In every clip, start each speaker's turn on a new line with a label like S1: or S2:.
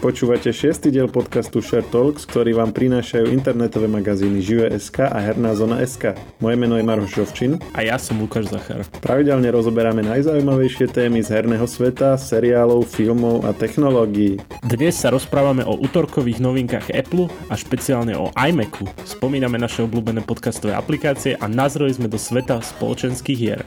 S1: Počúvate 6. diel podcastu Share Talks, ktorý vám prinášajú internetové magazíny Žive.sk a Herná zona.sk. Moje meno je Maroš Žovčin.
S2: A ja som Lukáš Zachar.
S1: Pravidelne rozoberáme najzaujímavejšie témy z herného sveta, seriálov, filmov a technológií.
S2: Dnes sa rozprávame o utorkových novinkách Apple a špeciálne o iMacu. Spomíname naše obľúbené podcastové aplikácie a nazreli sme do sveta spoločenských hier.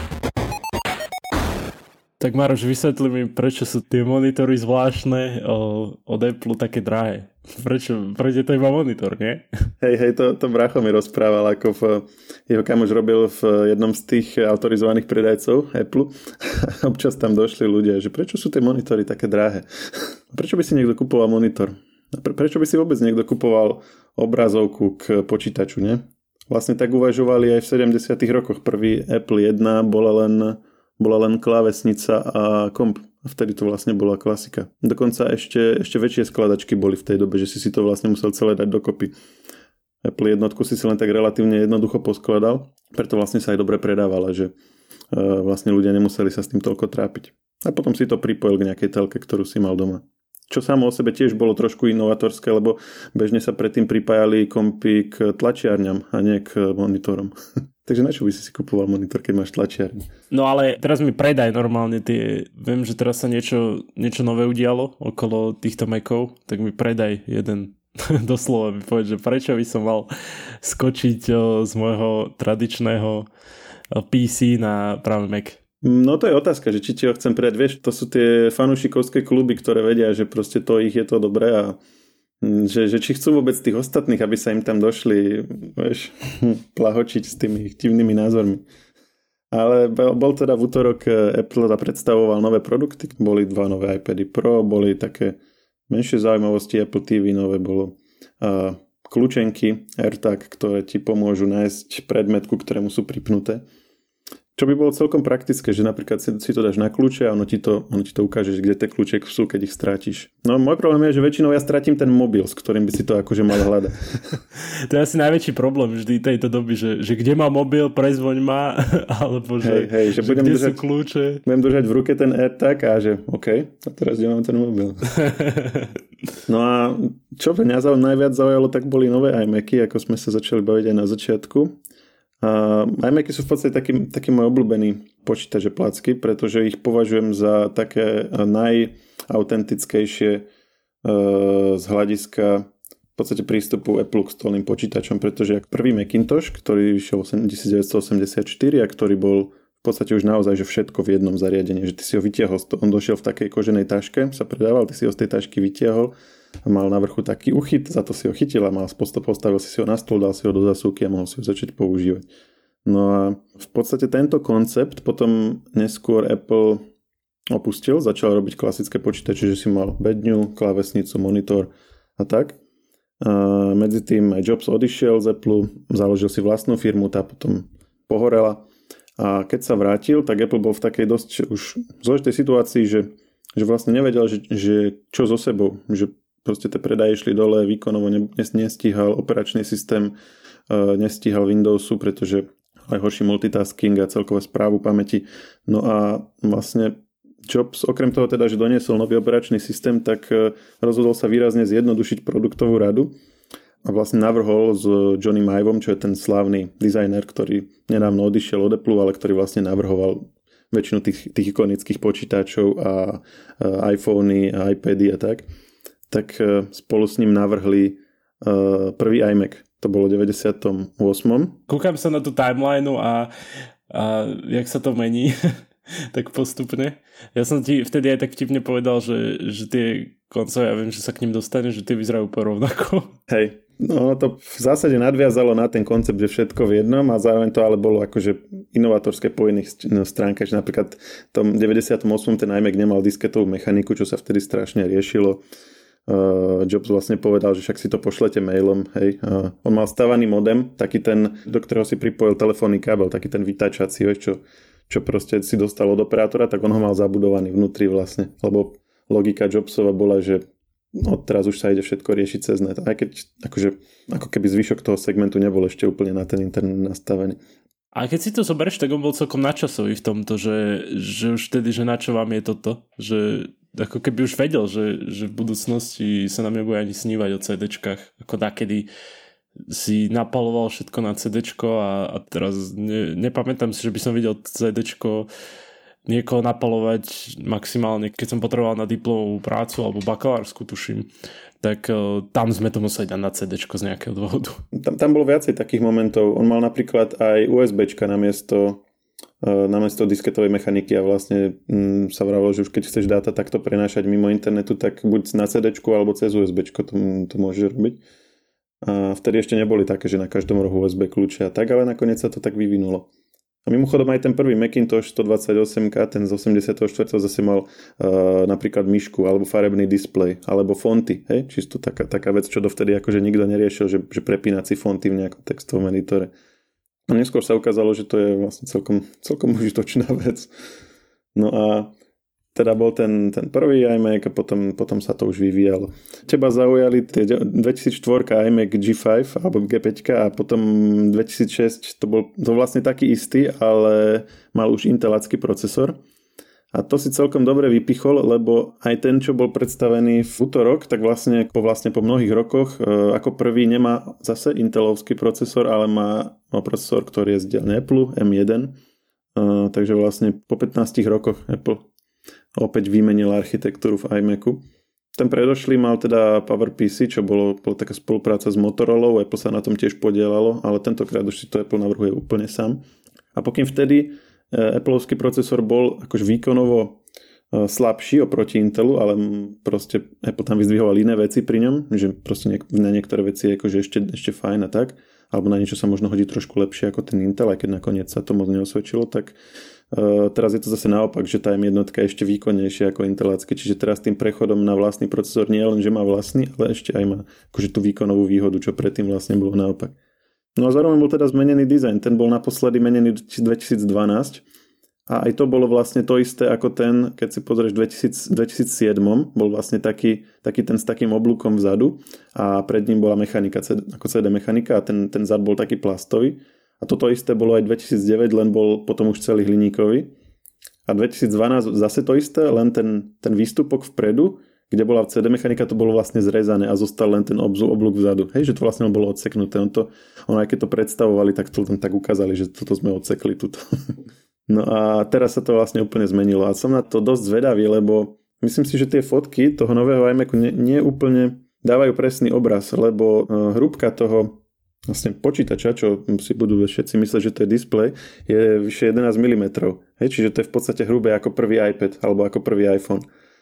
S2: Tak Maroš, vysvetli mi, prečo sú tie monitory zvláštne od Apple také drahé. Prečo je to iba monitor, nie?
S1: Hej, to brácho mi rozprával, ako jeho kamoš robil v jednom z tých autorizovaných predajcov Apple. Občas tam došli ľudia, že prečo sú tie monitory také drahé? Prečo by si niekto kupoval monitor? Prečo by si vôbec niekto kupoval obrazovku k počítaču, nie? Vlastne tak uvažovali aj v 70. rokoch. Prvý Apple 1 bola len klávesnica a komp. A vtedy to vlastne bola klasika. Dokonca ešte väčšie skladačky boli v tej dobe, že si to vlastne musel celé dať dokopy. Apple jednotku si len tak relatívne jednoducho poskladal, preto vlastne sa aj dobre predávala, že vlastne ľudia nemuseli sa s tým toľko trápiť. A potom si to pripojil k nejakej telke, ktorú si mal doma. Čo samo o sebe tiež bolo trošku inovatorské, lebo bežne sa predtým pripájali kompy k tlačiarňam a nie k monitorom. Takže na čo by si kupoval monitor, keď máš tlačiarň?
S2: No ale teraz mi predaj normálne tie... Viem, že teraz sa niečo nové udialo okolo týchto Macov, tak mi predaj jeden. Doslova mi povedz, že prečo by som mal skočiť z môjho tradičného PC na práve Mac.
S1: No to je otázka, že či ti ho chcem predať. Vieš, to sú tie fanúšikovské kluby, ktoré vedia, že proste to ich je to dobré a že či chcú vôbec tých ostatných, aby sa im tam došli, vieš, plahočiť s tými divnými názormi. Ale bol teda v útorok Apple predstavoval nové produkty. Boli 2 nové iPady Pro, boli také menšie zaujímavosti Apple TV, nové bolo kľúčenky AirTag, ktoré ti pomôžu nájsť predmet, ku ktorému sú pripnuté. Čo by bolo celkom praktické, že napríklad si to dáš na kľúče a ono ti to ukáže, kde tie kľúče sú, keď ich strátiš. No môj problém je, že väčšinou ja stratím ten mobil, s ktorým by si to akože mal hľadať.
S2: To je asi najväčší problém vždy tejto doby, že kde má mobil, prezvoň ma, alebo že budem kde sú kľúče.
S1: Budem držať v ruke ten AirTag a že OK, a teraz kde mám ten mobil. No a čo mňa najviac zaujalo, tak boli nové iMacy, ako sme sa začali baviť aj na začiatku. iMacy sú v podstate taký môj obľúbený počítač placky, pretože ich považujem za také najautentickejšie z hľadiska v podstate prístupu Apple k stolným počítačom, pretože prvý Macintosh, ktorý vyšiel v 1984 a ktorý bol v podstate už naozaj že všetko v jednom zariadení, že ty si ho vytiahol, on došiel v takej koženej taške, sa predával, ty si ho z tej tašky vytiahol a mal na vrchu taký uchyt, za to si ho chytil a postavil si ho na stôl, dal si ho do zasúky a mohol si ho začať používať. No a v podstate tento koncept potom neskôr Apple opustil, začal robiť klasické počítače, že si mal bedňu, klávesnicu, monitor a tak. A medzi tým aj Jobs odišiel z Apple, založil si vlastnú firmu, tá potom pohorela. A keď sa vrátil, tak Apple bol v takej dosť už zložitej situácii, že vlastne nevedel, že čo so sebou, že proste tie predaje išli dole, výkonovo nestíhal operačný systém, nestíhal Windowsu, pretože aj horší multitasking a celkové správu pamäti. No a vlastne Jobs, okrem toho teda, že doniesol nový operačný systém, tak rozhodol sa výrazne zjednodušiť produktovú radu a vlastne navrhol s Johnnym Ivom, čo je ten slávny dizajner, ktorý nedávno odišiel od Apple, ale ktorý vlastne navrhoval väčšinu tých ikonických počítačov a iPhony a iPady a tak spolu s ním navrhli prvý iMac. To bolo v 98.
S2: Kúkam sa na tú timelineu a jak sa to mení tak postupne. Ja som ti vtedy aj tak vtipne povedal, že tie koncové, ja viem, že sa k ním dostane, že tie vyzerajú rovnako.
S1: Hej, no to v zásade nadviazalo na ten koncept, že všetko v jednom a zároveň to ale bolo akože inovatorské po iných stránkach, že napríklad v tom 98. ten iMac nemal disketovú mechaniku, čo sa vtedy strašne riešilo. Jobs vlastne povedal, že však si to pošlete mailom, hej. On mal stavaný modem, taký ten, do ktorého si pripojil telefónny kábel, taký ten vytáčací, čo proste si dostal od operátora, tak on ho mal zabudovaný vnútri vlastne, lebo logika Jobsova bola, že teraz už sa ide všetko riešiť cez net, aj keď ako keby zvyšok toho segmentu nebol ešte úplne na ten internet nastavený.
S2: A keď si to zoberieš, tak on bol celkom nadčasový v tomto, že už vtedy, že na čo vám je toto, že ako keby už vedel, že v budúcnosti sa nám nebude ani snívať o CDčkách, ako nakedy si napaloval všetko na CDčko a teraz nepamätám si, že by som videl CDčko niekoho napalovať maximálne, keď som potreboval na diplomovú prácu alebo bakalársku, tuším, tak tam sme to museli dať na CDčko z nejakého dôvodu.
S1: Tam bolo viacej takých momentov. On mal napríklad aj USBčka namiesto disketovej mechaniky a vlastne sa vravalo, že už keď chceš dáta takto prenášať mimo internetu, tak buď na CDčku alebo cez USBčko to môžeš robiť. A vtedy ešte neboli také, že na každom rohu USB kľúče a tak, ale nakoniec sa to tak vyvinulo. A mimochodom aj ten prvý Macintosh 128K, ten z 84. zase mal napríklad myšku alebo farebný displej, alebo fonty, hej? Čisto taká vec, čo dovtedy akože nikto neriešil, že prepínať si fonty v nejakom textovom editore. A neskôr sa ukázalo, že to je vlastne celkom užitočná vec. No a teda bol ten prvý iMac a potom sa to už vyvíjalo. Teba zaujali tie 2004 iMac G5 alebo G5 a potom 2006 to bol vlastne taký istý, ale mal už intelácky procesor. A to si celkom dobre vypichol, lebo aj ten, čo bol predstavený v utorok, tak vlastne po mnohých rokoch ako prvý nemá zase intelovský procesor, ale má procesor, ktorý je z dielne Apple, M1. Takže vlastne po 15 rokoch Apple opäť vymenil architektúru v iMacu. Ten predošlý mal teda PowerPC, čo bola taká spolupráca s Motorolou, Apple sa na tom tiež podielalo, ale tentokrát už si to Apple navrhuje úplne sám. A pokým vtedy Appleovský procesor bol akože výkonovo slabší oproti Intelu, ale proste Apple tam vyzdvihoval iné veci pri ňom, že proste na niektoré veci je akože ešte fajn a tak, alebo na niečo sa možno hodí trošku lepšie ako ten Intel, aj keď nakoniec sa to moc neosvedčilo, tak teraz je to zase naopak, že tá M1 je ešte výkonnejšia ako intelácky, čiže teraz tým prechodom na vlastný procesor nie len, že má vlastný, ale ešte aj má akože tú výkonovú výhodu, čo predtým vlastne bolo naopak. No a zároveň bol teda zmenený dizajn, ten bol naposledy menený v 2012 a aj to bolo vlastne to isté ako ten, keď si pozrieš v 2007, bol vlastne taký ten s takým oblúkom vzadu a pred ním bola mechanika, ako CD mechanika a ten zad bol taký plastový. A toto isté bolo aj 2009, len bol potom už celý hliníkový. A 2012 zase to isté, len ten výstupok vpredu, kde bola CD mechanika, to bolo vlastne zrezané a zostal len ten oblúk vzadu. Hej, že to vlastne bolo odseknuté. Ono aj keď to predstavovali, tak to tam tak ukázali, že toto sme odsekli. Tuto. No a teraz sa to vlastne úplne zmenilo. A som na to dosť zvedavý, lebo myslím si, že tie fotky toho nového iMacu nie úplne dávajú presný obraz, lebo hrúbka toho vlastne počítača, čo si budú všetci mysleť, že to je displej, je vyše 11 mm. Hej, čiže to je v podstate hrubé ako prvý iPad alebo ako prvý iPhone.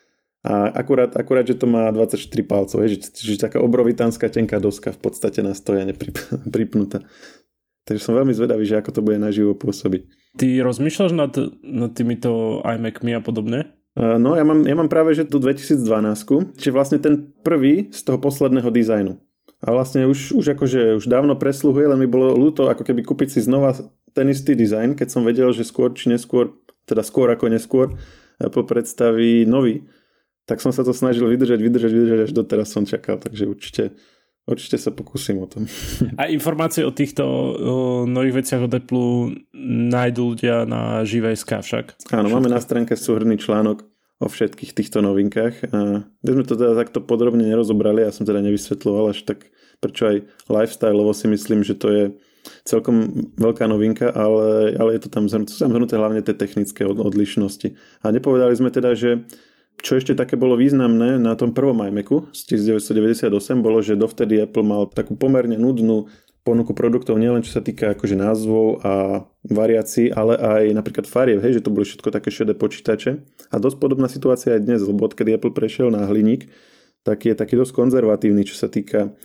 S1: A akurát, že to má 24 palcov, čiže taká obrovitánska tenká doska v podstate na stojane pripnutá. Takže som veľmi zvedavý, že ako to bude naživo pôsobiť.
S2: Ty rozmýšľaš nad týmito iMacmi a podobne?
S1: No, ja mám práve že tú 2012, čiže vlastne ten prvý z toho posledného dizajnu. A vlastne už dávno presluhuje, len mi bolo ľúto ako keby kúpiť si znova ten istý dizajn, keď som vedel, že skôr či neskôr, teda skôr ako neskôr, Apple predstaví nový. Tak som sa to snažil vydržať, až doteraz som čakal, takže určite sa pokúsim o tom.
S2: A informácie o týchto nových veciach od Apple nájdú ľudia na Živé.sk však?
S1: Áno, máme na stránke súhrnný článok o všetkých týchto novinkách. Kde sme to teda takto podrobne nerozobrali, ja som teda nevysvetľoval až tak, prečo aj lifestyleovo si myslím, že to je celkom veľká novinka, ale je to tam zhrnuté hlavne tie technické odlišnosti. A nepovedali sme teda, že čo ešte také bolo významné na tom prvom iMacu z 1998 bolo, že dovtedy Apple mal takú pomerne nudnú ponuku produktov, nielen čo sa týka akože názvov a variácií, ale aj napríklad farieb, hej, že to boli všetko také šedé počítače. A dosť podobná situácia aj dnes, lebo odkedy Apple prešiel na hliník, tak je taký dosť konzervatívny, čo sa týka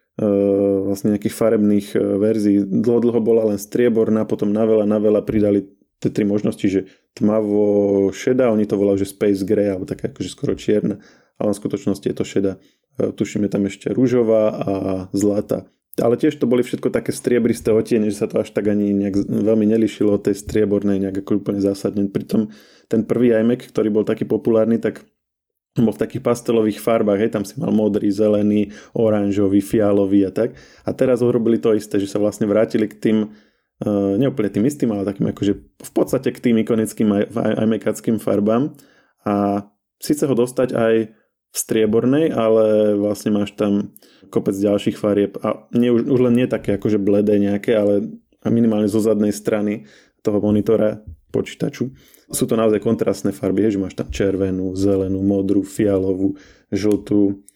S1: vlastne nejakých farebných verzií. Dlho bola len strieborná, potom na veľa pridali tie tri možnosti, že tmavo šedá, oni to volajú, že space gray, alebo taká akože skoro čierna, ale v skutočnosti je to šedá. Tuším, je tam ešte ružová a zlatá. Ale tiež to boli všetko také striebristé otiene, že sa to až tak ani nejak veľmi nelišilo od tej striebornej nejak ako úplne zásadne. Pritom ten prvý iMac, ktorý bol taký populárny, tak bol v takých pastelových farbách, hej, tam si mal modrý, zelený, oranžový, fialový a tak. A teraz urobili to isté, že sa vlastne vrátili k tým neúplne tým istým, ale takým akože v podstate k tým ikonickým iMacackým farbám a síce ho dostať aj v striebornej, ale vlastne máš tam kopec ďalších farieb a už len nie také akože bledé nejaké, ale minimálne zo zadnej strany toho monitora počítaču. Sú to naozaj kontrastné farby, že máš tam červenú, zelenú, modrú, fialovú, žltú,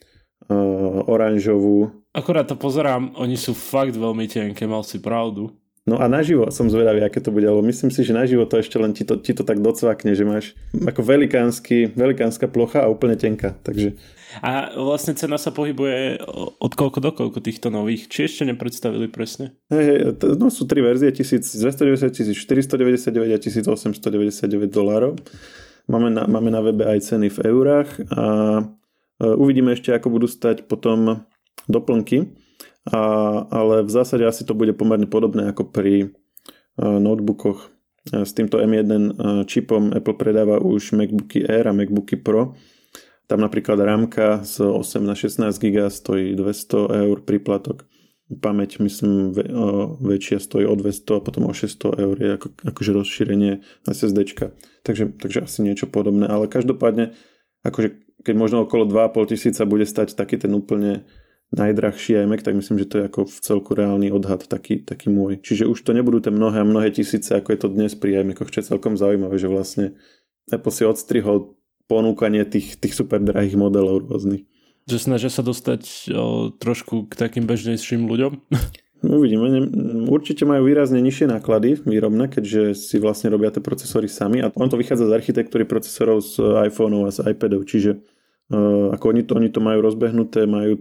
S1: oranžovú.
S2: Akorát to pozerám, oni sú fakt veľmi tenké, mal si pravdu.
S1: No a naživo som zvedavý, aké to bude, lebo myslím si, že naživo to ešte len ti to tak docvakne, že máš ako velikánska plocha a úplne tenká. Takže...
S2: A vlastne cena sa pohybuje od koľko do koľko týchto nových? Či ešte nepredstavili presne?
S1: No sú 3 verzie, 1290, 1499 a 1899 $. Máme na webe aj ceny v eurách a uvidíme ešte, ako budú stať potom doplnky. Ale v zásade asi to bude pomerne podobné ako pri notebookoch. S týmto M1 čipom Apple predáva už MacBooky Air a MacBooky Pro. Tam napríklad rámka z 8 na 16 GB stojí 200 eur príplatok. Pamäť, myslím, väčšia stojí o 200 a potom o 600 eur je akože rozšírenie SSDčka. Takže asi niečo podobné. Ale každopádne, akože keď možno okolo 2,5 tisíca bude stať taký ten úplne najdrahší iMac, tak myslím, že to je ako v celku reálny odhad taký môj. Čiže už to nebudú tie mnohé tisíce, ako je to dnes pri iMacoch, čo je celkom zaujímavé, že vlastne Apple si odstrihol ponúkanie tých super drahých modelov rôznych.
S2: Že snažia sa dostať trošku k takým bežnejším ľuďom?
S1: Uvidíme. Určite majú výrazne nižšie náklady výrobné, keďže si vlastne robia tie procesory sami a on to vychádza z architektúry procesorov z iPhoneov a z iPadov, čiže ako oni to majú rozbehnuté, majú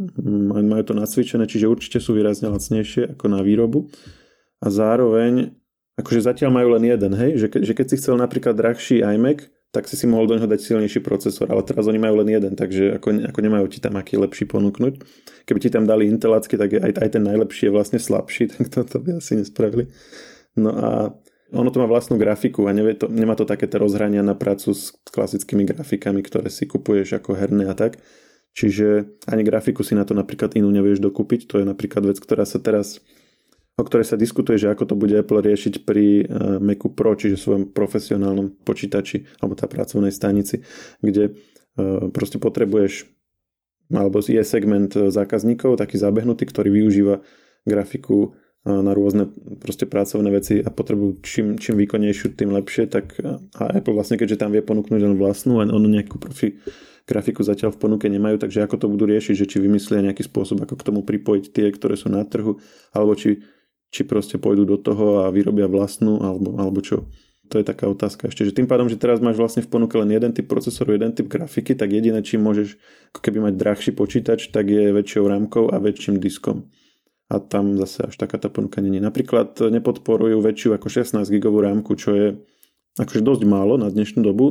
S1: to nacvičené, čiže určite sú výrazne lacnejšie ako na výrobu. A zároveň, akože zatiaľ majú len jeden, hej, že keď si chcel napríklad drahší iMac, tak si mohol do neho dať silnejší procesor, ale teraz oni majú len jeden, takže ako nemajú ti tam aký lepší ponúknuť. Keby ti tam dali intelácky, tak aj ten najlepší je vlastne slabší, tak to by asi nespravili. No a ono to má vlastnú grafiku a nemá to také rozhrania na prácu s klasickými grafikami, ktoré si kupuješ ako herné a tak. Čiže ani grafiku si na to napríklad inú nevieš dokúpiť. To je napríklad vec, o ktorej sa diskutuje, že ako to bude Apple riešiť pri Macu Pro, čiže svojom profesionálnom počítači alebo tá pracovnej stanici, kde proste potrebuješ, alebo je segment zákazníkov taký zabehnutý, ktorý využíva grafiku na rôzne proste pracovné veci a potrebujú čím výkonnejšiu, tým lepšie, tak a Apple vlastne, keďže tam vie ponúknuť len vlastnú a ono nejakú profi grafiku zatiaľ v ponuke nemajú, takže ako to budú riešiť, že či vymyslia nejaký spôsob, ako k tomu pripojiť tie, ktoré sú na trhu, alebo či proste pôjdu do toho a vyrobia vlastnú, alebo čo. To je taká otázka ešte, že tým pádom, že teraz máš vlastne v ponuke len jeden typ procesoru, jeden typ grafiky, tak jediné, čím môžeš ako keby mať drahší počítač, tak je väčšou rámkou a väčším diskom. A tam zase až taká tá ponuka nie je. Napríklad nepodporujú väčšiu ako 16 gigovú rámku, čo je akože dosť málo na dnešnú dobu.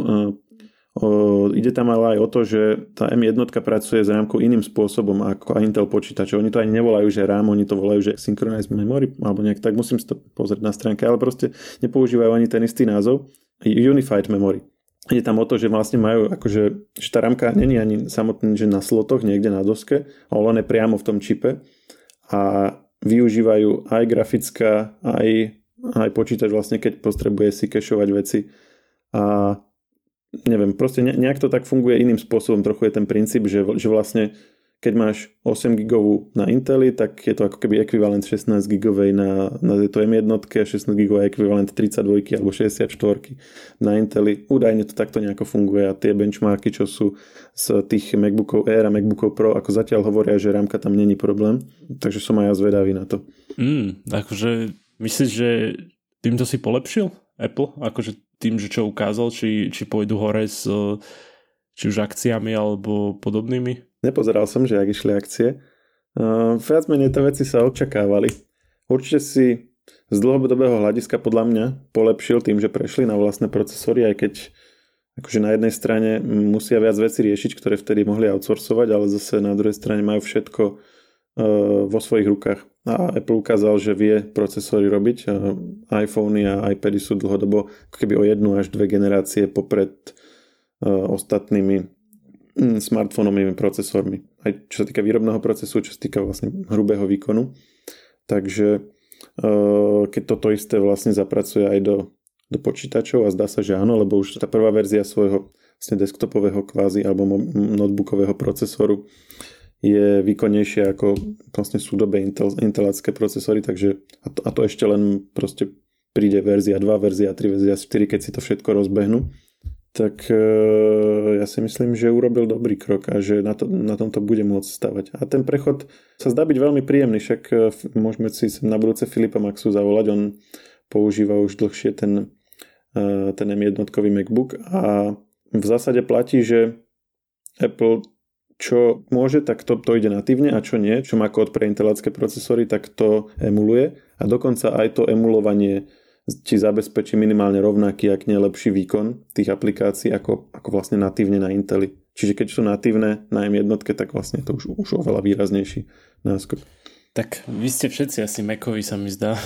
S1: Ide tam ale aj o to, že tá M1 pracuje s rámkou iným spôsobom ako Intel počítače. Oni to ani nevolajú, že RAM, oni to volajú, že Synchronized Memory, alebo nejak tak, musím si to pozrieť na stránke, ale proste nepoužívajú ani ten istý názov. Unified Memory. Ide tam o to, že vlastne majú, akože, že tá rámka není ani samotný, že na slotoch niekde na doske, ale len je priamo v tom čipe. A využívajú aj grafická, aj počítač vlastne, keď potrebuje si kešovať veci. A neviem, proste nejak to tak funguje iným spôsobom. Trochu je ten princíp, že vlastne keď máš 8 gigovú na Inteli, tak je to ako keby ekvivalent 16 gigovej na to M1 a 16 gigovej ekvivalent 32 alebo 64 na Inteli. Údajne to takto nejako funguje a tie benchmarky, čo sú z tých MacBookov Air a MacBookov Pro, ako zatiaľ hovoria, že rámka tam není problém. Takže som aj ja zvedavý na to.
S2: Takže myslíš, že týmto si polepšil Apple? Akože tým, že čo ukázal, či pôjdu hore s či už akciami alebo podobnými?
S1: Nepozeral som, že ak išli akcie. Viac menej tie veci sa očakávali. Určite si z dlhodobého hľadiska podľa mňa polepšil tým, že prešli na vlastné procesory, aj keď akože na jednej strane musia viac veci riešiť, ktoré vtedy mohli outsourcovať, ale zase na druhej strane majú všetko vo svojich rukách. A Apple ukázal, že vie procesory robiť. iPhony a iPady sú dlhodobo ako keby o 1 až 2 generácie popred ostatnými smartfónovými procesormi. Aj čo sa týka výrobného procesu, čo sa týka vlastne hrubého výkonu. Takže keď toto isté vlastne zapracuje aj do počítačov a zdá sa, že áno, lebo už tá prvá verzia svojho vlastne desktopového kvázi alebo notebookového procesoru je výkonnejšie ako vlastne súdobé intelácké procesory, takže a to ešte len proste príde verzia 2, verzia 3, verzia 4, keď si to všetko rozbehnú. Tak ja si myslím, že urobil dobrý krok a že na tomto bude môcť stavať. A ten prechod sa zdá byť veľmi príjemný, však môžeme si na budúce Filipa Maxu zavolať, on používa už dlhšie ten M1-kový MacBook a v zásade platí, že Apple čo môže, tak to ide natívne a čo nie, čo má kód pre intelácké procesory, tak to emuluje a dokonca aj to emulovanie ti zabezpečí minimálne rovnaký, ak nie lepší výkon tých aplikácií ako vlastne natívne na Inteli. Čiže keď sú natívne na M1, tak vlastne to už oveľa výraznejší náskok.
S2: Tak vy ste všetci asi Macovi, sa mi zdá,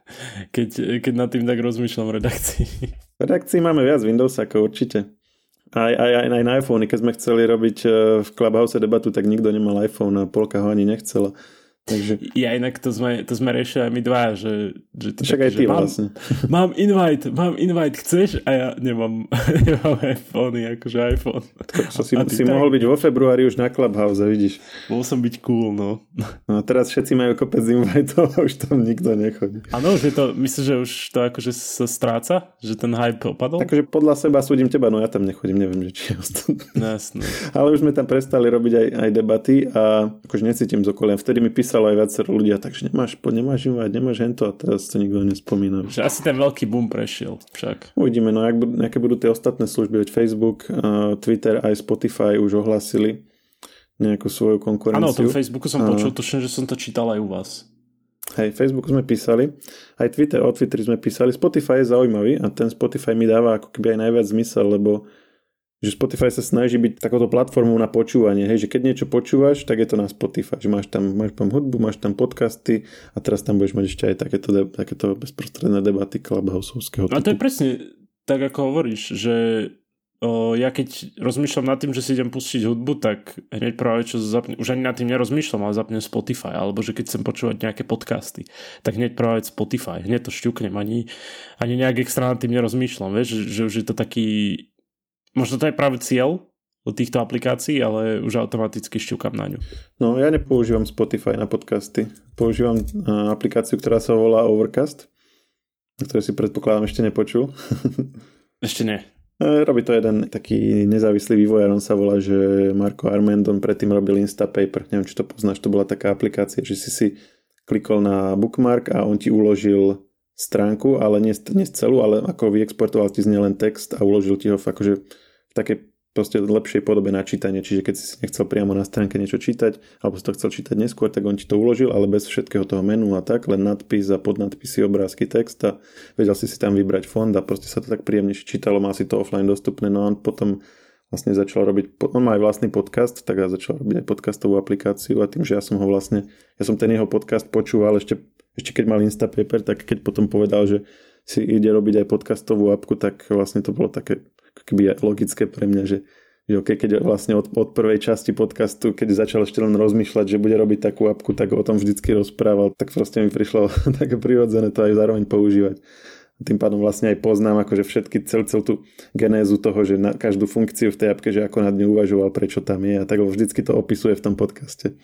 S2: keď nad tým tak rozmýšľam v redakcii.
S1: V redakcii máme viac Windows ako určite. Aj na iPhone, keď sme chceli robiť v Clubhouse debatu, tak nikto nemal iPhone a polka ho ani nechcela. Takže... Ja
S2: inak to sme riešili aj my dva, že
S1: však aj ty vlastne.
S2: Mám invite, chceš? A ja nemám iPhone, akože iPhone.
S1: Si mohol byť vo februári už na Clubhouse, vidíš.
S2: Mohol som byť cool, no.
S1: No a teraz všetci majú kopec inviteov a už tam nikto nechodí.
S2: Áno, že to, myslíš, že už to akože sa stráca? Že ten hype opadol?
S1: Takže podľa seba súdim teba, no ja tam nechodím, neviem, že či je ostatné.
S2: Jasné.
S1: Ale už sme tam prestali robiť aj debaty a akože necítim z okolia. Vtedy mi písalo aj viacero ľudia, takže nemáš invite, nemáš hento a teraz to nikto nespomína.
S2: Že asi ten veľký boom prešiel však.
S1: Uvidíme, no aké budú tie ostatné služby, veď Facebook, Twitter aj Spotify už ohlásili nejakú svoju konkurenciu.
S2: Áno, o tom Facebooku som počul, tuším, že som to čítal aj u vás.
S1: Hej, Facebook sme písali, aj o Twitteri sme písali, Spotify je zaujímavý a ten Spotify mi dáva ako keby aj najviac zmysel, lebo že Spotify sa snaží byť takouto platformou na počúvanie, hej, že keď niečo počúvaš, tak je to na Spotify, že máš tam hudbu, máš tam podcasty a teraz tam budeš mať ešte aj takéto bezprostredné debaty Clubhouseovského typu.
S2: A to je presne tak, ako hovoríš, že ja keď rozmýšľam nad tým, že si idem pustiť hudbu, tak hneď práve čo zapnem, už ani nad tým nerozmýšľam, ale zapnem Spotify, alebo že keď chcem počúvať nejaké podcasty, tak hneď práve Spotify, hneď to šťuknem, ani nejak extra nad tým nerozmýšľam, vieš, že už je to taký. Možno to je práve cieľ od týchto aplikácií, ale už automaticky šťukám na ňu.
S1: No, ja nepoužívam Spotify na podcasty. Používam aplikáciu, ktorá sa volá Overcast, ktorú si predpokladám ešte nepočul.
S2: Ešte nie.
S1: Robí to jeden taký nezávislý vývojár, on sa volá, že Marco Armendon, predtým robil Instapaper. Neviem, či to poznáš, to bola taká aplikácia, že si klikol na bookmark a on ti uložil stránku, ale nie celú, ale ako vyexportoval ti z nej len text a uložil ti ho akože v takej proste lepšej podobe na čítanie, čiže keď si nechcel priamo na stránke niečo čítať, alebo si to chcel čítať neskôr, tak on ti to uložil, ale bez všetkého toho menu a tak, len nadpis a podnadpisy, obrázky, text a vedel si tam vybrať fond a proste sa to tak príjemne čítalo, má si to offline dostupné, no a on potom vlastne začal robiť, on má aj vlastný podcast, tak ja začal robiť aj podcastovú aplikáciu a tým, že ja som ten jeho podcast počúval ešte keď mal Instapaper, tak keď potom povedal, že si ide robiť aj podcastovú apku, tak vlastne to bolo také keby logické pre mňa, že okay, keď vlastne od prvej časti podcastu, keď začal ešte len rozmýšľať, že bude robiť takú apku, tak o tom vždycky rozprával, tak proste mi prišlo také prirodzené to aj zároveň používať. Tým pádom vlastne aj poznám akože celú tú genézu toho, že na každú funkciu v tej apke, že ako nad ňou uvažoval, prečo tam je a tak vždycky to opisuje v tom podcaste.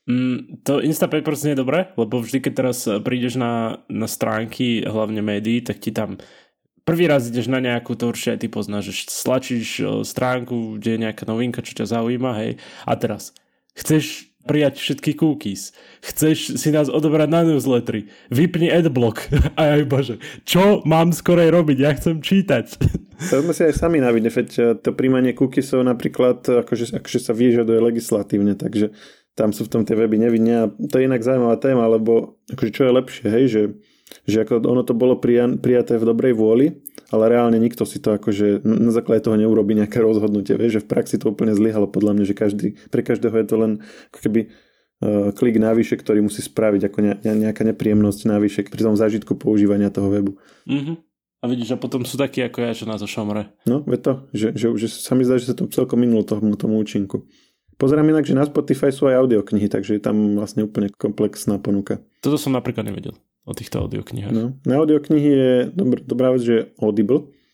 S2: To Instapaper nie je dobré, lebo vždy, keď teraz prídeš na stránky, hlavne médií, tak ti tam prvý raz ideš na nejakú, to určite aj ty poznáš, že stlačíš stránku, kde je nejaká novinka, čo ťa zaujíma, hej, a teraz chceš prijať všetky cookies, chceš si nás odobrať na newslettery, vypni adblock a aj bože, čo mám skorej robiť, ja chcem čítať.
S1: To sme si aj sami navidne, veď to príjmanie cookiesov napríklad akože sa vyžaduje legislatívne, takže tam sú v tom tie weby nevidne a to je inak zaujímavá téma, lebo akože čo je lepšie, hej, že ako ono to bolo prijaté v dobrej vôli, ale reálne nikto si to akože na základe toho neurobí nejaké rozhodnutie, vieš, že v praxi to úplne zlyhalo podľa mňa, že pre každého je to len ako keby klik navyše, ktorý musí spraviť ako nejaká nepríjemnosť navyše pri tom zážitku používania toho webu.
S2: Mhm. A vidíš, že potom sú takí ako ja, čo na to šomre.
S1: No, ve to, že sa mi zdá, že sa to celkom minulo tomu účinku. Pozerám inak, že na Spotify sú aj audioknihy, takže je tam vlastne úplne komplexná ponuka.
S2: Toto som napríklad nevedel o týchto audioknihách.
S1: No, na audioknihy je dobrá vec, že je Audible.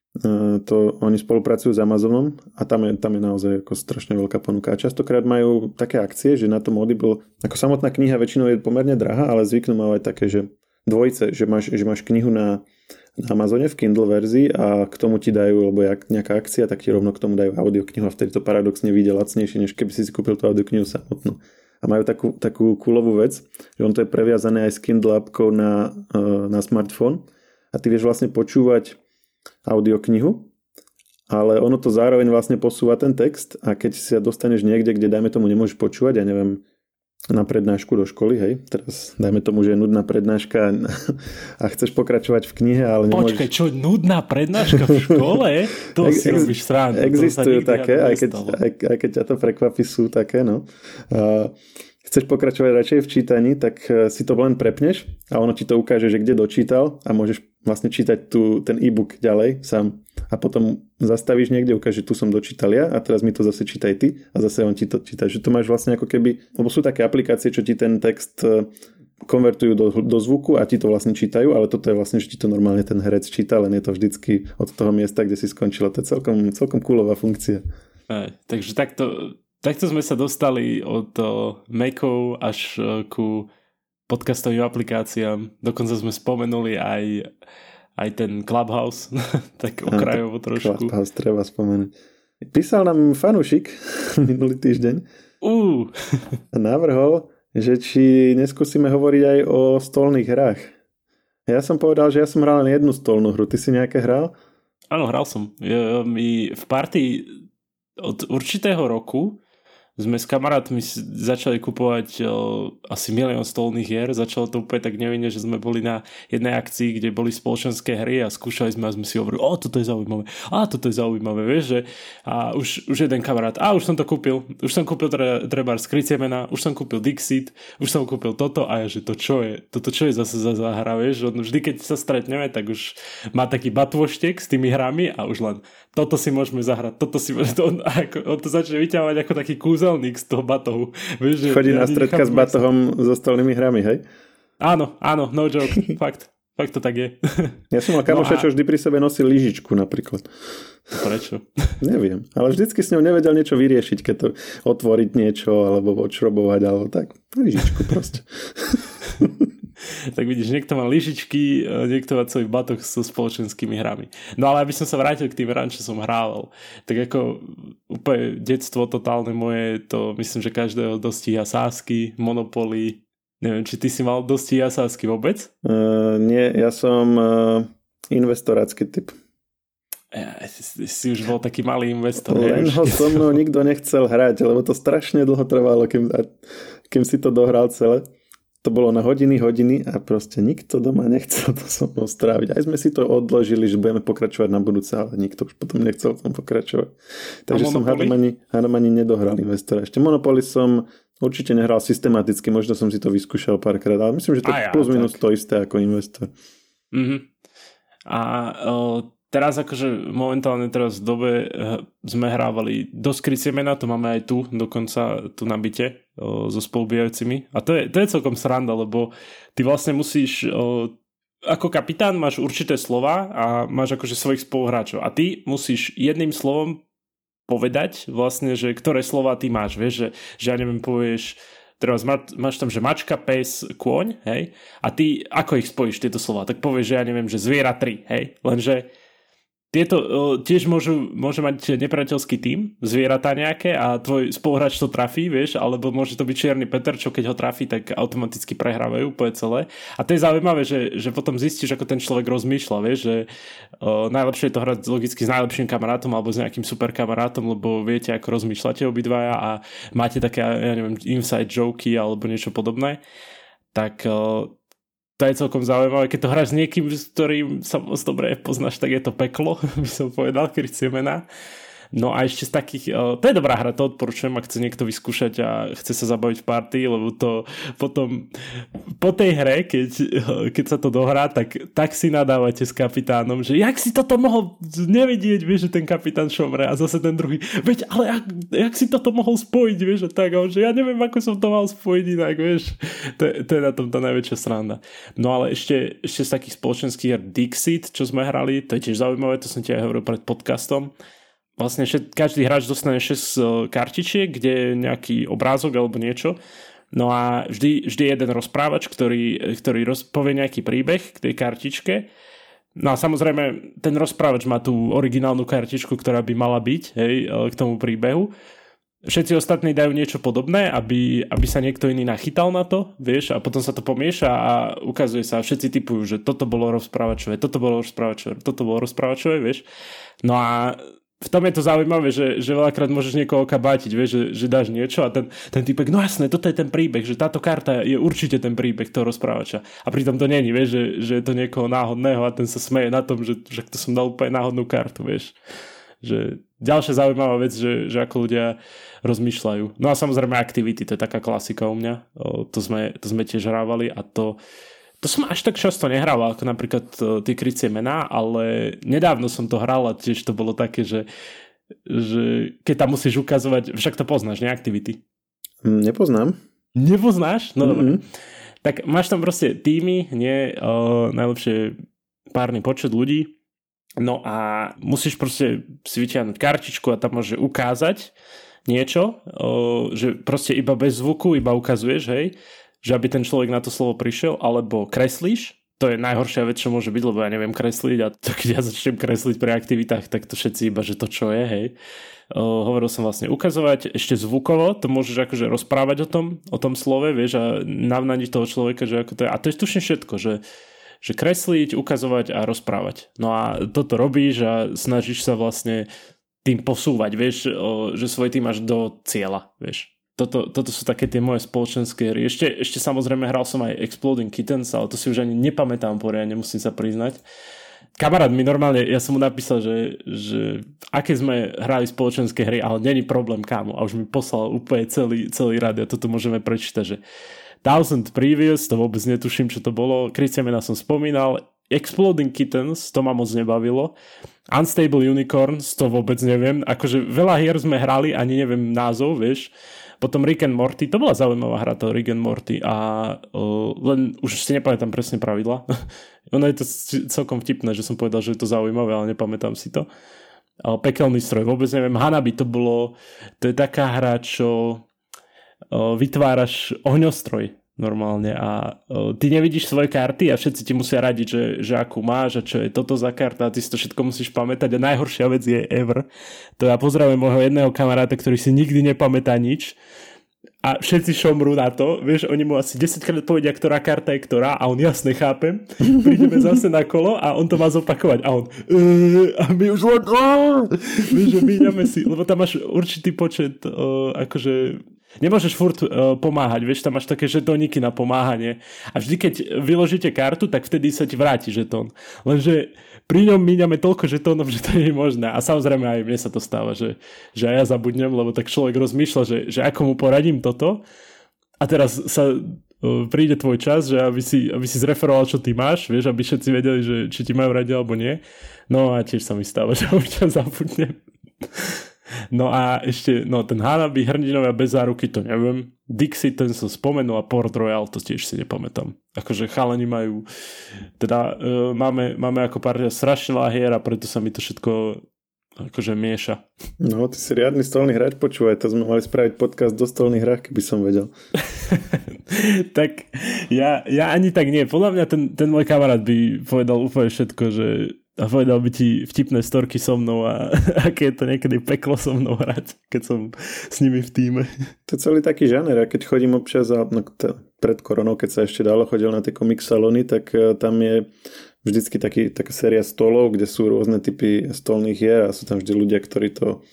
S1: Oni spolupracujú s Amazonom a tam je naozaj ako strašne veľká ponuka. A častokrát majú také akcie, že na tom Audible, ako samotná kniha väčšinou je pomerne drahá, ale zvyknú mávať také, že dvojice, že máš knihu na Amazone v Kindle verzii a k tomu ti dajú, lebo nejaká akcia, tak ti rovno k tomu dajú audioknihu a vtedy to paradoxne vyjde lacnejšie, než keby si kúpil tú audioknihu samotnú. A majú takú coolovú vec, že on to je previazané aj s Kindle appkou na smartfón a ty vieš vlastne počúvať audioknihu, ale ono to zároveň vlastne posúva ten text a keď si sa dostaneš niekde, kde dajme tomu nemôžeš počúvať, ja neviem, na prednášku do školy, hej, teraz dajme tomu, že je nudná prednáška a chceš pokračovať v knihe, ale nemôžeš...
S2: Počkaj, čo, nudná prednáška v škole? To si robíš srandu.
S1: Existujú také, aj keď ťa to prekvapí, sú také, no. Chceš pokračovať radšej v čítaní, tak si to len prepneš a ono ti to ukáže, že kde dočítal a môžeš vlastne čítať ten e-book ďalej sám. A potom zastavíš niekde, ukáže, tu som dočítal ja a teraz mi to zase čítaj ty a zase on ti to číta. Že to máš vlastne ako keby, lebo sú také aplikácie, čo ti ten text konvertujú do zvuku a ti to vlastne čítajú, ale toto je vlastne, že ti to normálne ten herec číta, len je to vždycky od toho miesta, kde si skončila. To je celkom coolová funkcia.
S2: Takže takto sme sa dostali od Macov až ku podcastovým aplikáciám. Dokonca sme spomenuli aj ten Clubhouse, tak okrajovo trošku.
S1: Clubhouse treba spomenúť. Písal nám fanúšik minulý týždeň a navrhol, že či neskúsime hovoriť aj o stolných hrách. Ja som povedal, že ja som hral len jednu stolnú hru. Ty si nejaké hral?
S2: Áno, hral som. My v partii od určitého roku sme s kamarátmi začali kupovať asi 1 000 000 stolných hier. Začalo to úplne tak nevinne, že sme boli na jednej akcii, kde boli spoločenské hry a skúšali sme a sme si hovorili, toto je zaujímavé, vieš, že a už jeden kamarát, už som to kúpil, už som kúpil trebárs Kriciemena, už som kúpil Dixit, už som kúpil toto a ja, že toto čo je zase za hra, vieš, že vždy keď sa stretneme, tak už má taký batôštek s tými hrami a už len toto si môžeme zahrať, on to začne vyťahovať ako taký kúzelník z toho batohu. Vieš,
S1: chodí na stredka s batohom so stolnými hrami, hej?
S2: Áno, no joke, fakt to tak je.
S1: Ja som mal kamoša, čo vždy pri sebe nosil lyžičku napríklad.
S2: Prečo?
S1: Neviem, ale vždycky s ňou nevedel niečo vyriešiť, keď to otvoriť niečo, alebo odšrobovať, alebo tak, lyžičku proste.
S2: Tak vidíš, niekto má lyžičky, niekto má celý batoh so spoločenskými hrami. No ale aby som sa vrátil k tým hrám, čo som hrával, tak ako úplne detstvo totálne moje, to myslím, že každého dostíha sásky, Monopoly. Neviem, či ty si mal dostíha sásky vôbec?
S1: Nie, ja som investorácky typ.
S2: Si už bol taký malý investor.
S1: Len ho so mnou nikto nechcel hrať, lebo to strašne dlho trvalo, kým si to dohral celé. To bolo na hodiny a proste nikto doma nechcel to so mnou stráviť. Aj sme si to odložili, že budeme pokračovať na budúce, ale nikto už potom nechcel v tom pokračovať. Takže som hádam ani nedohral investora. Ešte Monopoly som určite nehral systematicky, možno som si to vyskúšal párkrát, ale myslím, že to je plus minus to isté ako investor.
S2: Mm-hmm. A teraz akože momentálne teraz v dobe sme hrávali dosť Kriciemena, to máme aj tu, dokonca tu na byte so spolubývajúcimi. A to je celkom sranda, lebo ty vlastne musíš ako kapitán máš určité slova a máš akože svojich spoluhráčov. A ty musíš jedným slovom povedať vlastne, že ktoré slova ty máš. Vieš, že ja neviem, povieš teraz máš tam, že mačka, pes, kôň, hej? A ty ako ich spojíš, tieto slova? Tak povieš, že ja neviem, že zviera 3, hej? Lenže tieto tiež môže mať nepriateľský tím, zvieratá nejaké a tvoj spoluhráč to trafí, vieš, alebo môže to byť čierny Peter, čo keď ho trafí, tak automaticky prehrávajú úplne celé. A to je zaujímavé, že potom zistíš, ako ten človek rozmýšľa, vieš, že najlepšie je to hrať logicky s najlepším kamarátom alebo s nejakým super kamarátom, lebo viete, ako rozmýšľate obidvaja a máte také, ja neviem, inside joky alebo niečo podobné. Tak to je celkom zaujímavé. Keď to hráš s niekým, s ktorým sa moc dobre poznáš, tak je to peklo, by som povedal, Kriciemena. No a ešte z takých, to je dobrá hra, to odporúčam, ak chce niekto vyskúšať a chce sa zabaviť v party, lebo to potom po tej hre, keď sa to dohrá, tak si nadávate s kapitánom, že jak si toto mohol nevedieť, vieš, že ten kapitán šomre a zase ten druhý, veď, ale jak si toto mohol spojiť, vieš, a tak, že ja neviem, ako som to mal spojiť inak, vieš, to je na tom tá najväčšia sranda. No ale ešte z takých spoločenských hier Dixit, čo sme hrali, to je tiež zaujímavé, to som ti aj hovoril pred podcastom. Vlastne každý hráč dostane 6 kartičiek, kde je nejaký obrázok alebo niečo. No a vždy jeden rozprávač, ktorý povie nejaký príbeh k tej kartičke. No a samozrejme, ten rozprávač má tú originálnu kartičku, ktorá by mala byť, hej, k tomu príbehu. Všetci ostatní dajú niečo podobné, aby sa niekto iný nachytal na to, vieš, a potom sa to pomieša a ukazuje sa, všetci typujú, že toto bolo rozprávačové, toto bolo rozprávačové, vieš. No a v tom je to zaujímavé, že veľakrát môžeš niekoho kabátiť, vieš, že dáš niečo a ten typek, no jasné, toto je ten príbeh, že táto karta je určite ten príbeh toho rozprávača. A pritom to není, vieš, že je to niekoho náhodného a ten sa smeje na tom, že to som dal úplne náhodnú kartu, vieš. Že ďalšia zaujímavá vec, že ako ľudia rozmýšľajú. No a samozrejme aktivity, to je taká klasika u mňa. To sme tiež hrávali a to som až tak často nehrával, ako napríklad tie krycie mená, ale nedávno som to hral a tiež to bolo také, že keď tam musíš ukazovať, však to poznáš, ne? Aktivity.
S1: Nepoznám.
S2: Nepoznáš? No dobre. Tak máš tam proste týmy, najlepšie párny počet ľudí, no a musíš proste si vyťahnuť kartičku a tam môže ukázať niečo, že proste iba bez zvuku, iba ukazuješ, hej, že aby ten človek na to slovo prišiel, alebo kreslíš, to je najhoršia vec, čo môže byť, lebo ja neviem kresliť a keď ja začnem kresliť pri aktivitách, tak to všetci iba, že to čo je, hej. Hovoril som vlastne ukazovať, ešte zvukovo, to môžeš akože rozprávať o tom slove, vieš, a navnadiť toho človeka, že ako to je, a to je tušne všetko, že kresliť, ukazovať a rozprávať. No a toto robíš a snažíš sa vlastne tým posúvať, vieš, že svoj tým máš do cieľa, vieš. Toto sú také tie moje spoločenské hry. Ešte samozrejme hral som aj Exploding Kittens, ale to si už ani nepamätám poriadne, musím sa priznať. Kamarát mi normálne, ja som mu napísal, že aké sme hrali spoločenské hry, ale není problém, kámo. A už mi poslal úplne celý rad a toto môžeme prečítať, že 1000 Previous, to vôbec netuším, čo to bolo. Krycie mená som spomínal. Exploding Kittens, to ma moc nebavilo. Unstable Unicorns, to vôbec neviem. Akože veľa hier sme hrali, ani neviem názov, vieš. Potom Rick and Morty, to bola zaujímavá hra, to Rick and Morty a len už si nepamätám presne pravidla. Ono je to celkom vtipné, že som povedal, že je to zaujímavé, ale nepamätám si to. Pekelný stroj, vôbec neviem. Hanabi to je taká hra, čo vytváraš ohňostroj normálne a ty nevidíš svoje karty a všetci ti musia radiť, že akú máš a čo je toto za karta a ty si to všetko musíš pamätať a najhoršia vec je ever. To ja pozdravujem môjho jedného kamaráta, ktorý si nikdy nepamätá nič a všetci šomrú na to, vieš, oni mu asi 10 krát povedia, ktorá karta je ktorá a on jasne chápem, prídeme zase na kolo a on to má zopakovať a on a my už len vieš, že míňame si, lebo tam máš určitý počet akože nemôžeš furt pomáhať, vieš, tam máš také žetóniky na pomáhanie a vždy, keď vyložíte kartu, tak vtedy sa ti vráti žetón. Lenže pri ňom míňame toľko žetónov, že to nie je možné. A samozrejme aj mne sa to stáva, že aj ja zabudnem, lebo tak človek rozmýšľa, že ako mu poradím toto a teraz sa príde tvoj čas, že aby si zreferoval, čo ty máš, vieš, aby všetci vedeli, že či ti majú radi alebo nie. No a tiež sa mi stáva, že občas zabudnem. No a ešte, ten Hanabi, Hrdinovia bez záruky, to neviem. Dixit, ten som spomenul a Port Royal, to tiež si nepamätám. Akože chalani majú, teda máme ako partia strašne veľa hier a preto sa mi to všetko akože mieša.
S1: No, ty si riadny stolný hráč, počúvaj, to sme mali spraviť podcast do stolných hrách, keby som vedel.
S2: Tak ja ani tak nie. Podľa mňa ten môj kamarát by povedal úplne všetko, že a povedal by ti vtipné storky so mnou a aké je to niekedy peklo so mnou hrať, keď som s nimi v tíme.
S1: To je celý taký žáner, a keď chodím občas pred koronou, keď sa ešte dalo, chodil na tie komik salóny, tak tam je vždycky taká séria stolov, kde sú rôzne typy stolných hier a sú tam vždy ľudia, ktorí to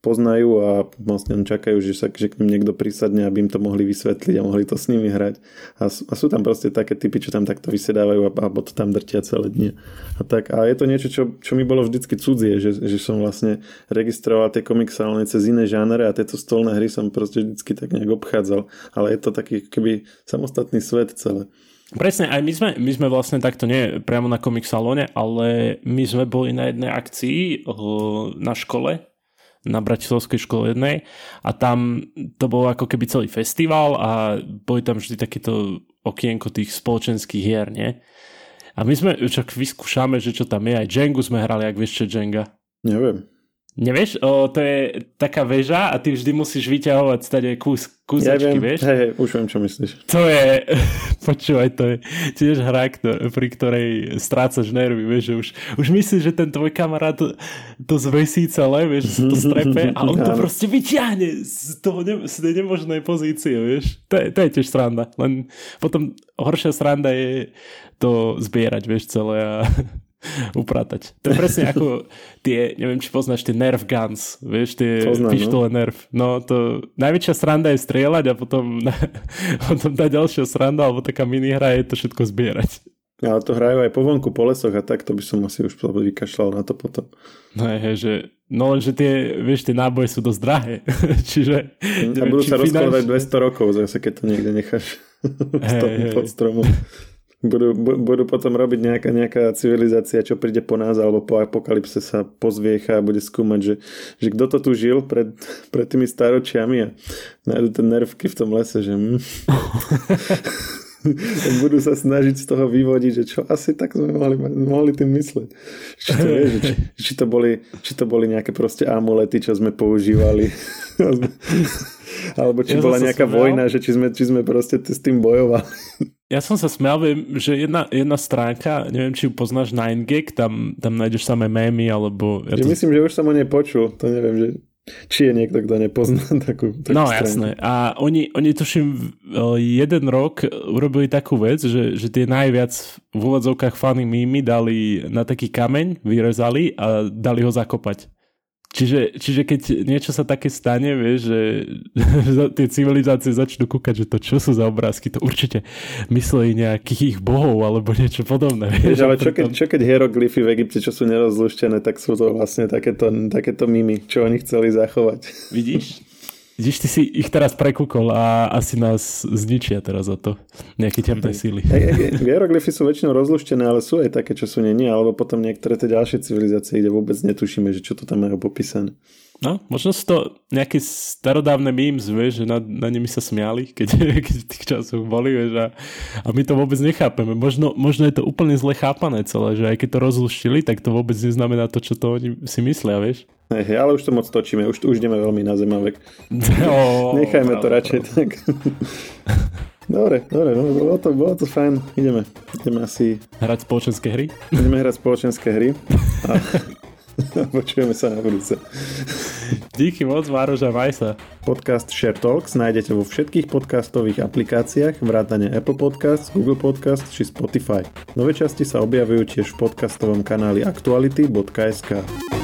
S1: poznajú a vlastne čakajú, že k ním niekto prisadne, aby im to mohli vysvetliť a mohli to s nimi hrať. A sú tam proste také typy, čo tam takto vysedávajú alebo to tam drtia celé dni. A je to niečo, čo mi bolo vždycky cudzie, že som vlastne registroval tie komiksálne cez iné žánre a tieto stolné hry som proste vždycky tak nejak obchádzal. Ale je to taký keby samostatný svet celé.
S2: Presne, aj my sme vlastne takto nie priamo na Comic Salóne, ale my sme boli na jednej akcii na škole, na Bratislavskej škole jednej a tam to bolo ako keby celý festival a boli tam vždy takéto okienko tých spoločenských hier, nie? A my sme však vyskúšame, že čo tam je, aj Jengu sme hrali, ak vieš čo Jenga.
S1: Neviem.
S2: Nevieš? To je taká väža a ty vždy musíš vyťahovať stade kúsačky, vieš?
S1: Hej, už viem, čo myslíš.
S2: To je, počúvaj, to je tiež hra, pri ktorej strácaš nervy, vieš, že už myslíš, že ten tvoj kamarát to zvesí celé, vieš, že sa to strepe a on to proste vyťahne z tej nemožnej pozície, vieš? To je tiež sranda, len potom horšia sranda je to zbierať, vieš, celé a upratať. To je presne ako tie, neviem, či poznáš tie Nerf Guns, vieš, tie pištole Nerf. No to najväčšia sranda je strieľať a potom tá ďalšia sranda, alebo taká minihra je to všetko zbierať.
S1: Ale to hrajú aj po vonku, po lesoch a tak, to by som asi už vykašľal na to potom.
S2: No lenže tie, vieš, tie náboje sú dosť drahé. Čiže
S1: a budú sa rozkladať 200 rokov, zase keď to niekde necháš pod stromom. Budú potom robiť nejaká civilizácia, čo príde po nás, alebo po apokalypse sa pozviecha a bude skúmať, že kto to tu žil pred tými staročiami a nájdu tie nervky v tom lese, že budú sa snažiť z toho vyvodiť, že čo asi tak sme mohli tým mysleť. Či to boli nejaké proste amulety, čo sme používali. Alebo či bola nejaká vojna, že či sme proste s tým bojovali.
S2: Ja som sa smial, viem, že jedna stránka, neviem, či ju poznáš, 9gag, tam nájdeš samé mémy, alebo...
S1: Myslím, že už som o nej počul, to neviem, že či je niekto, kto nepozná takú
S2: no
S1: stránku.
S2: Jasné, a oni tuším jeden rok urobili takú vec, že tie najviac v úvodzovkách funny mými dali na taký kameň, vyrezali a dali ho zakopať. Čiže keď niečo sa také stane, vieš, že tie civilizácie začnú kúkať, že to čo sú za obrázky, to určite mysleli nejakých ich bohov alebo niečo podobné.
S1: Vieš, ale čo keď hieroglyfy v Egypte, čo sú nerozluštené, tak sú to vlastne takéto mimy, čo oni chceli zachovať.
S2: Vidíš, ty si ich teraz prekúkol a asi nás zničia teraz za to. Nejaké temné síly.
S1: Hieroglyfy sú väčšinou rozluštené, ale sú aj také, čo sú nie, alebo potom niektoré tie ďalšie civilizácie, kde vôbec netušíme, že čo to tam majú popísané.
S2: No, možno sú to nejaké starodávne memes, vieš, že na nimi sa smiali, keď v tých časoch boli, vieš, a my to vôbec nechápeme. Možno je to úplne zle chápané celé, že aj keď to rozluštili, tak to vôbec neznamená to, čo to oni si myslia, vieš.
S1: Ale už to moc točíme, už ideme veľmi na zemavek. Nechajme to radšej tak. Dobre, no, bolo to fajn. Ideme asi...
S2: Hrať spoločenské hry?
S1: Ideme hrať spoločenské hry. A počujeme sa na budúce.
S2: Díky moc, Mároš, a maj sa.
S1: Podcast Share Talks nájdete vo všetkých podcastových aplikáciách vrátane Apple Podcasts, Google Podcasts či Spotify. Nové časti sa objavujú tiež v podcastovom kanáli aktuality.sk.